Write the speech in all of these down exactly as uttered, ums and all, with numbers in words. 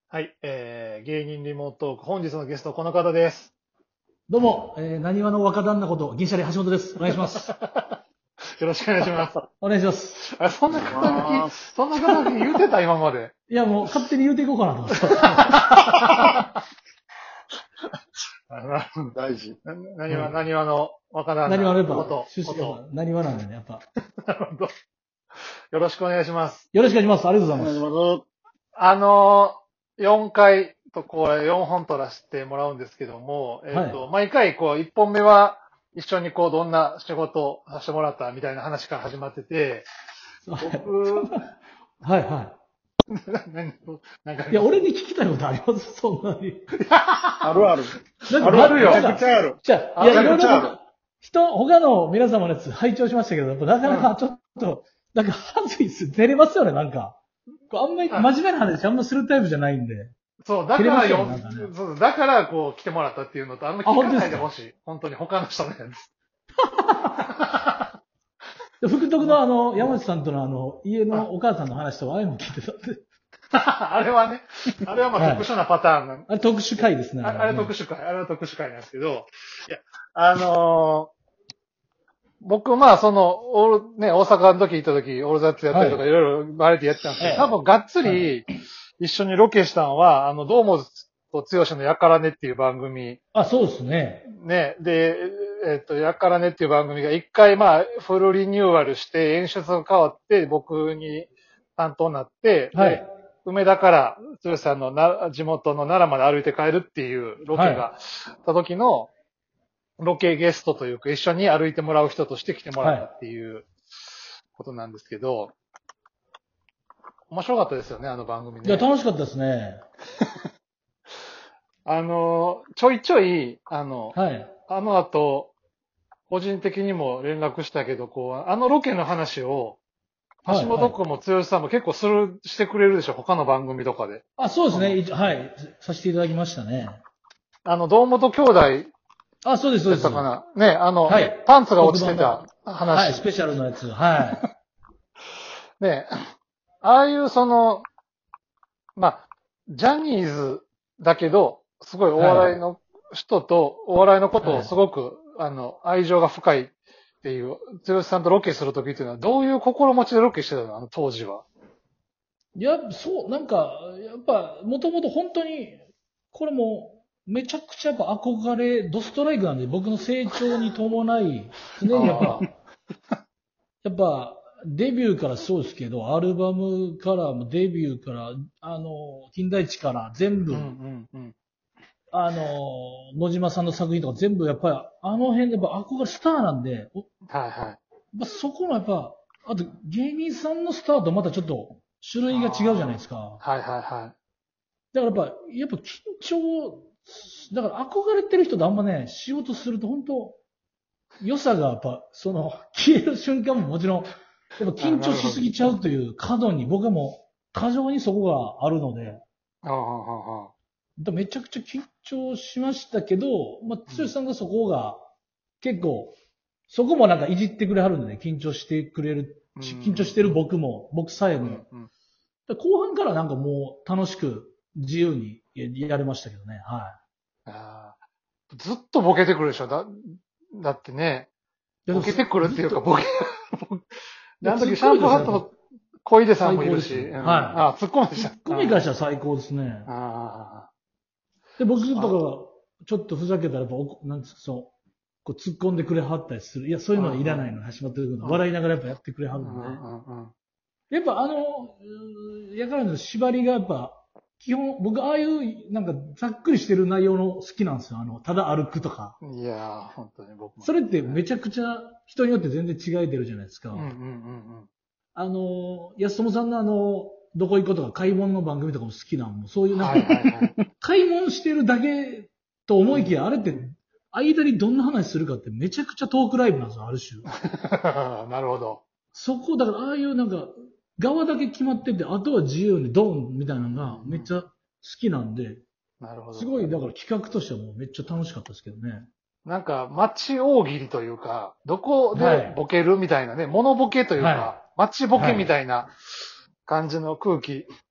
はい、えー、芸人リモートトーク、本日のゲストこの方です。 どうも、えー、なにわの若旦那こと、銀シャリ橋本です。お願いします。 よろしくお願いします。 お願いします。 あ、そんな肩書き、そんな肩書き言うてた今まで。 いや、もう勝手に言うていこうかなと思って。 大事。なにわ、なにわの若旦那。 なにわのやっぱ、 こと。 出身がなにわなんでね、やっぱ。 なるほど。よろしくお願いします。 よろしくお願いします。ありがとうございます。 あのー、よんかいとこれよんほん撮らせてもらうんですけども、えっ、ー、と、はい、毎回こういっぽんめは一緒にこうどんな仕事をさせてもらったみたいな話から始まってて、僕、 はいはい。 なんかいや、俺に聞きたいことありますそんなに。 あるある。 なんかあるあるよ。 めちゃくちゃある。 じゃあ、いや、いろいろ、人、他の皆様のやつ拝聴しましたけど、なかなかちょっと、なんか、はずいっす。照れますよね、なんか。あんまり真面目な話あんまするタイプじゃないんで。 そう、だからよ、ね、そうだからこう来てもらったっていうのと、あんま聞かないでほしい。本当に他の人のやつ。福徳のあの、山内さんとのあの、家のお母さんの話とか、あれも聞いてたんで。 あれはね、あれはまあ特殊なパターンな、はい、 あれ特殊回ですね。 あれ、あれ特殊回、あれは特殊回なんですけど、いや、あのー、僕、まあ、その、オール、ね、大阪の時行った時、オールザッツやったりとか、はい、いろいろバラエティやってたんですけど、多分がっつり一緒にロケしたのは、あの、どうもと剛のやからねっていう番組。 あ、そうですね。 ね、で、えっと、やからねっていう番組が一回、まあ、フルリニューアルして、演出が変わって、僕に担当になって、はい。梅田から剛さんのな地元の奈良まで歩いて帰るっていうロケがあった時の、はい、ロケゲストというか、一緒に歩いてもらう人として来てもらったっていうことなんですけど、はい、面白かったですよね、あの番組ね。 いや、楽しかったですね。 あの、ちょいちょい、あの、 はい、 あの後、個人的にも連絡したけど、こう、あのロケの話を、橋本君も剛さんも結構する、してくれるでしょ、他の番組とかで。 あ、そうですね。はい。させていただきましたね。 あの、堂本兄弟、 あ、そうです、そうです。 かな。ね、あの、 はい、 パンツが落ちてた話。 はい、スペシャルのやつ。はい。 ね、ああいうその、まあ、ジャニーズだけど、すごいお笑いの人と、お笑いのことをすごく、はい、あの、愛情が深いっていう、剛さんとロケするときっていうのは、どういう心持ちでロケしてたのあの当時は。 いや、そう、なんか、やっぱ、もともと本当に、これも、めちゃくちゃやっぱ憧れ、ドストライクなんで、僕の成長に伴い、常にやっぱ、やっぱ、デビューからそうですけど、アルバムからもデビューから、あの、金田一から全部、うんうんうん、あの、野島さんの作品とか全部やっぱり、あの辺でやっぱ憧れスターなんで、 はいはい。 まあ、そこのやっぱ、あと芸人さんのスターとまたちょっと種類が違うじゃないですか。 はいはいはい。 だからやっぱ、やっぱ緊張、だから憧れてる人とあんまね、仕事すると本当、良さがやっぱ、その、消える瞬間ももちろん、やっぱ緊張しすぎちゃうという過度に、僕はもう、過剰にそこがあるので、 ああああめちゃくちゃ緊張しましたけど、まあ、剛さんがそこが、結構、そこもなんかいじってくれはるんでね、緊張してくれる、緊張してる僕も、僕さえも。うんうん、後半からなんかもう楽しく、自由にやれましたけどね、はい。 あずっとボケてくるでしょ、だ、だってね、ボケてくるっていうか、ボケ、なんだっけ、シャンプーハットの小出さんもいるし。はい。うん、ああ、ツッコミでした。 ツッコミからしたら最高ですね。ああ。で、僕とか、ちょっとふざけたら、やっぱ、なんつうそう、こう突っ込んでくれはったりする。いや、そういうのはいらないの、橋本君の。笑いながらやっぱやってくれはるので。やっぱあの、やからの縛りがやっぱ、基本、僕、ああいう、なんか、ざっくりしてる内容の好きなんですよ。あの、ただ歩くとか。 いやー、本当に僕も。 それってめちゃくちゃ、人によって全然違えてるじゃないですか。 うんうんうんうん。 あの、安友さんのあの、どこ行こうとか、買い物の番組とかも好きなんも、そういうなんか、はいはいはい、買い物してるだけと思いきや、うん、あれって、間にどんな話するかってめちゃくちゃトークライブなんですよ、ある種。 なるほど。 そこ、だから、ああいうなんか、側だけ決まってて、あとは自由にドンみたいなのがめっちゃ好きなんで、 なるほど。 すごい、だから企画としてはもうめっちゃ楽しかったですけどね。 なんか、街大喜利というか、どこでボケるみたいなね、はい、モノボケというか、はい、街ボケみたいな感じの空気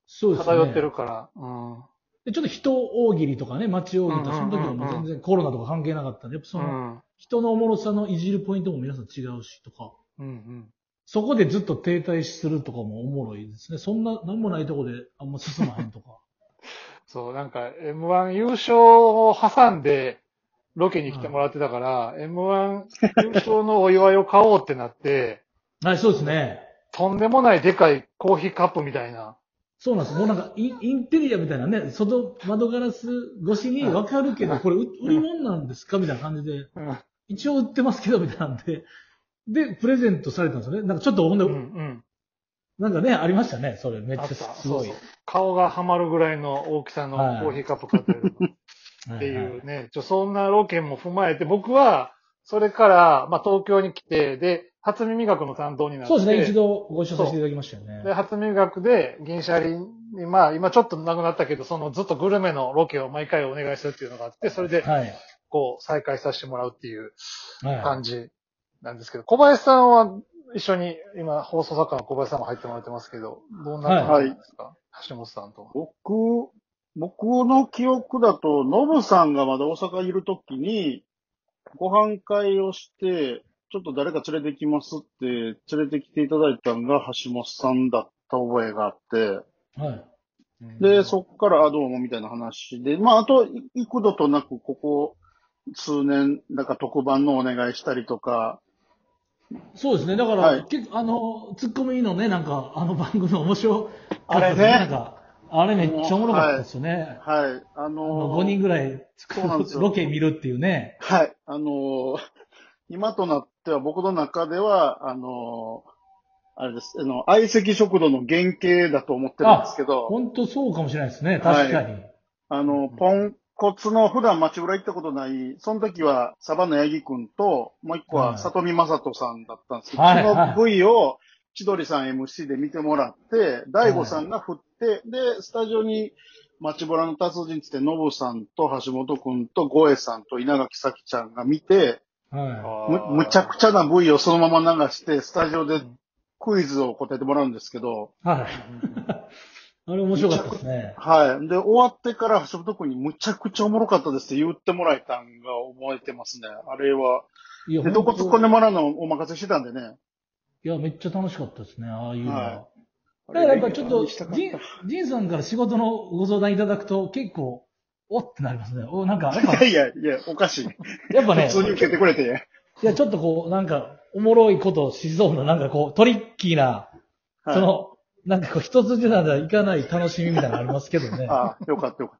そうですね。 漂ってるから。うん。 で、ちょっと人大喜利とかね、街大喜利とか、その時はもう全然コロナとか関係なかったんで、やっぱその、人のおもろさのいじるポイントも皆さん違うしとか、 うんうん、 そこでずっと停滞するとかもおもろいですね。そんな、なんもないとこであんま進まへんとか。 そう、なんか エムワン 優勝を挟んでロケに来てもらってたから、はい、エムワン 優勝のお祝いを買おうってなって、 はい、そうですね。 とんでもないでかいコーヒーカップみたいな。 そうなんです。もうなんかイン、インテリアみたいなね、外、窓ガラス越しにわかるけど、これ売り物なんですかみたいな感じで、一応売ってますけど、みたいなんで、で、プレゼントされたんですよね。なんかちょっとほんで、うんうん、なんかね、ありましたね、それ。めっちゃすごい。そうそう、 顔がはまるぐらいの大きさのコーヒーカップ買ってるっていうね、はいはい、ちょそんなロケも踏まえて、僕は、それから、まあ、東京に来て、で、初耳学の担当になって。 そうですね、一度ご一緒させていただきましたよね。 で、初耳学で、銀シャリに、まあ、今ちょっとなくなったけど、そのずっとグルメのロケを毎回お願いするっていうのがあって、それで、こう、再開させてもらうっていう感じなんですけど、小林さんは一緒に、今、放送作家の小林さんも入ってもらってますけど、どんな感じですか、はい、橋本さんとは。 僕、僕の記憶だと、ノブさんがまだ大阪にいるときに、ご飯会をして、ちょっと誰か連れてきますって、連れてきていただいたのが橋本さんだった覚えがあって、はい。で、そっから、あ、どうもみたいな話で、まあ、あと、幾度となく、ここ数年、なんか特番のお願いしたりとか。 そうですね。だから、はい、結構、あの、ツッコミのね、なんか、あの番組面白かったですね。なんか、あれめっちゃおもろかったですよね。 はい。はい、あのー、あのごにんぐらいロケ見るっていうね。 はい。あのー、今となっては僕の中では、あのー、あれです。あの、相席食堂の原型だと思ってるんですけど。 本当そうかもしれないですね。確かに。はい、 あの、ポンコツの普段町浦行ったことない、その時はサバのヤギくんと、もう一個は里見正人さんだったんですけど、はい、その ブイ を千鳥さん エムシー で見てもらって、大悟さんが振って、はい、で、スタジオに町ブラの達人つって、ノブさんと橋本くんとゴエさんと稲垣咲ちゃんが見て、はい、む、むちゃくちゃな ブイ をそのまま流して、スタジオでクイズを答えてもらうんですけど、 はい。あれ面白かったですね。 はい。で、終わってから橋本くんにむちゃくちゃおもろかったですって言ってもらえたんが覚えてますね。あれは。いや、で、どこ突っ込んでもらうのをお任せしてたんでね。 いや、めっちゃ楽しかったですね、ああいうのは。はい、だからやっぱちょっと、ジン、ジンさんから仕事のご相談いただくと結構、おってなりますね。お、なんか、やっぱ。 いやいや、いや、おかしい。 やっぱね。 普通に受けてくれて。 いや、ちょっとこう、なんか、おもろいことをしそうな、なんかこう、トリッキーな、はい、その、なんかこう、一筋縄ではいかない楽しみみたいなのありますけどね。 ああ、よかったよかった。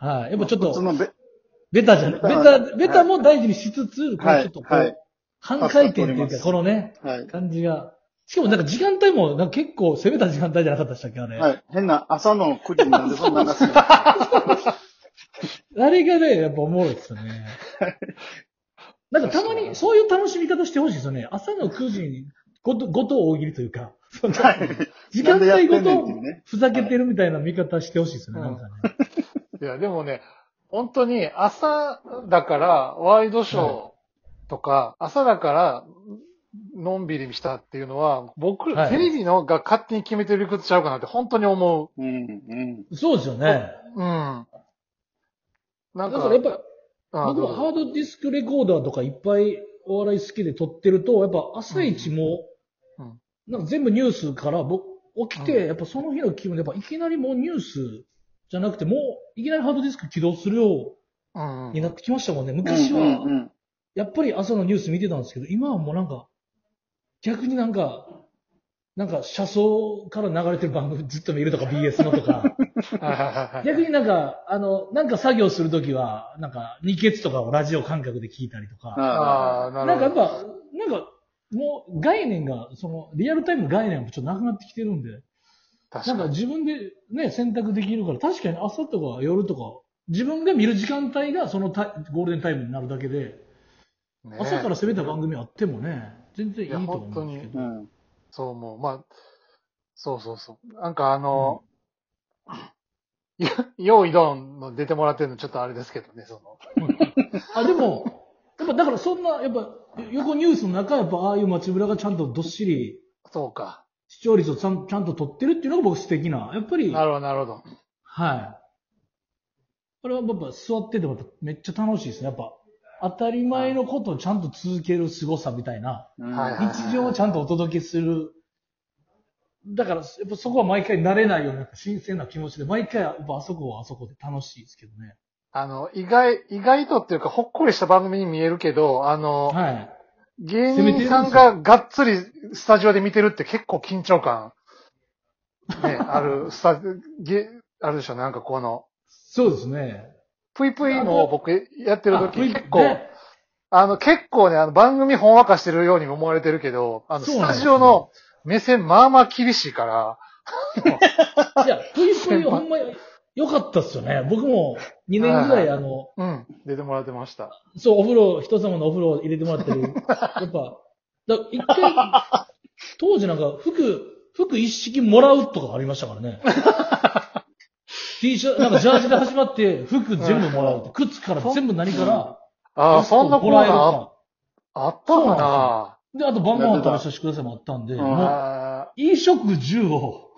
はい。やっぱちょっと、 まあ、ベ, ベタじゃない。ベタ、ベタも大事にしつつ、こう、ちょっとこう、はい、半回転っていうか、このね、はい、感じが。しかもなんか時間帯も、なんか結構攻めた時間帯じゃなかったでしたっけ、あれ。 はい。変な朝のくじになんでそんな流すのあれがね、やっぱおもろいですよね。なんかたまにそういう楽しみ方してほしいですよね。朝のくじにごと、ごと大喜利というか、はい、時間帯ごとふざけてるみたいな見方してほしいですよね、なんかね。 いや、でもね、本当に朝だからワイドショーとか、はい、朝だからのんびりしたっていうのは、僕、はい、テレビのが勝手に決めてる理屈ちゃうかなって本当に思う。 うんうん、そうですよね。 うん。なんか、 だからやっぱ、僕もハードディスクレコーダーとかいっぱいお笑い好きで撮ってると、やっぱ朝一も、うんうん、なんか全部ニュースから僕起きて、うん、やっぱその日の気分で、やっぱいきなりもうニュースじゃなくて、もういきなりハードディスク起動するようになってきましたもんね。昔は、やっぱり朝のニュース見てたんですけど、今はもうなんか、逆になんか、なんか車窓から流れてる番組ずっと見るとか ビーエス のとか。逆になんか、あの、なんか作業するときは、なんか、二欠とかをラジオ感覚で聞いたりとか。ああ、なるほど。なんかやっぱ、なんか、もう概念が、その、リアルタイム概念もちょっとなくなってきてるんで。確かに。なんか自分でね、選択できるから、確かに朝とか夜とか、自分が見る時間帯がそのタイゴールデンタイムになるだけで、ね、朝から攻めた番組あってもね、全然いいと思うんですけど。うん、 そう思う。まあ、そうそうそう。なんかあの、うん、よういどんの出てもらってるのちょっとあれですけどね、その。 あ、でも、やっぱだからそんな、やっぱ横ニュースの中、やっぱああいう街ブラがちゃんとどっしり。 そうか。 視聴率をちゃんちゃんと取ってるっていうのが僕素敵な。やっぱり、 なるほど、なるほど。 はい。これはやっぱ座っててもめっちゃ楽しいですね。やっぱ、当たり前のことをちゃんと続ける凄さみたいな。日常をちゃんとお届けする。だから、やっぱそこは毎回慣れないような新鮮な気持ちで、毎回やっぱあそこはあそこで楽しいですけどね。 あの、意外、意外とっていうか、ほっこりした番組に見えるけど、あの、はい。芸人さんががっつりスタジオで見てるって結構緊張感、ね、ある、スタゲ、あるでしょ、なんかこの。 そうですね。 ぷいぷいも僕やってる時結構、あの、結構ね、あの、番組ほんわかしてるように思われてるけど、あの、スタジオの目線まあまあ厳しいから。 いや、ぷいぷいほんま良かったっすよね。僕もにねんぐらいあの、 うん、出てもらってました。 そう、お風呂、人様のお風呂入れてもらってる。やっぱ、だ一回、当時なんか服、服一式もらうとかありましたからね。T シャツ、なんかジャージで始まって、服全部もらうって。靴から全部何から、 ああ、そんなコーナーあったかなで、あと晩ご飯食べさせてくださいもあったんで、もう、衣食住を、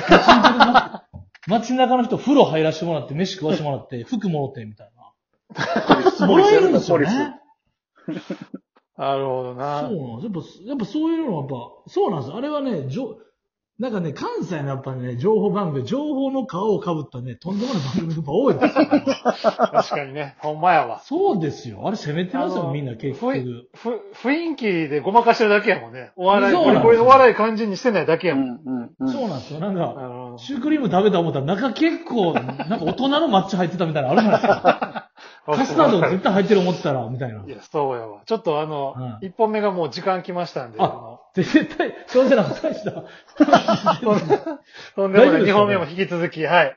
街中の人風呂入らせてもらって、飯食わせてもらって、服もろて、みたいな。もらえるんですよね。 なるほどな。 そうなんです。やっぱ、やっぱそういうのはやっぱ、そうなんです。あれはね、じょ、なんかね、関西のやっぱね、情報番組、情報の皮をかぶったね、とんでもない番組がやっぱ多いですよ、ね。 確かにね、ほんまやわ。 そうですよ。あれ攻めてますよ、みんな結局。 ふ、雰囲気でごまかしてるだけやもんね。お笑い、ゴリゴリのお笑い感じにしてないだけやもん。 うんうん、そうなんですよ。なんか、シュークリーム食べた思ったら中結構、なんか大人の抹茶入ってたみたいなのあるじゃないですか。カスタード絶対入ってる思ったら、みたいな。 いや、そうやわ。ちょっとあの、一、うん、本目がもう時間来ましたんで。 あ、絶対、そうじゃなかったでした。 とんでもない。二本目も引き続き、はい。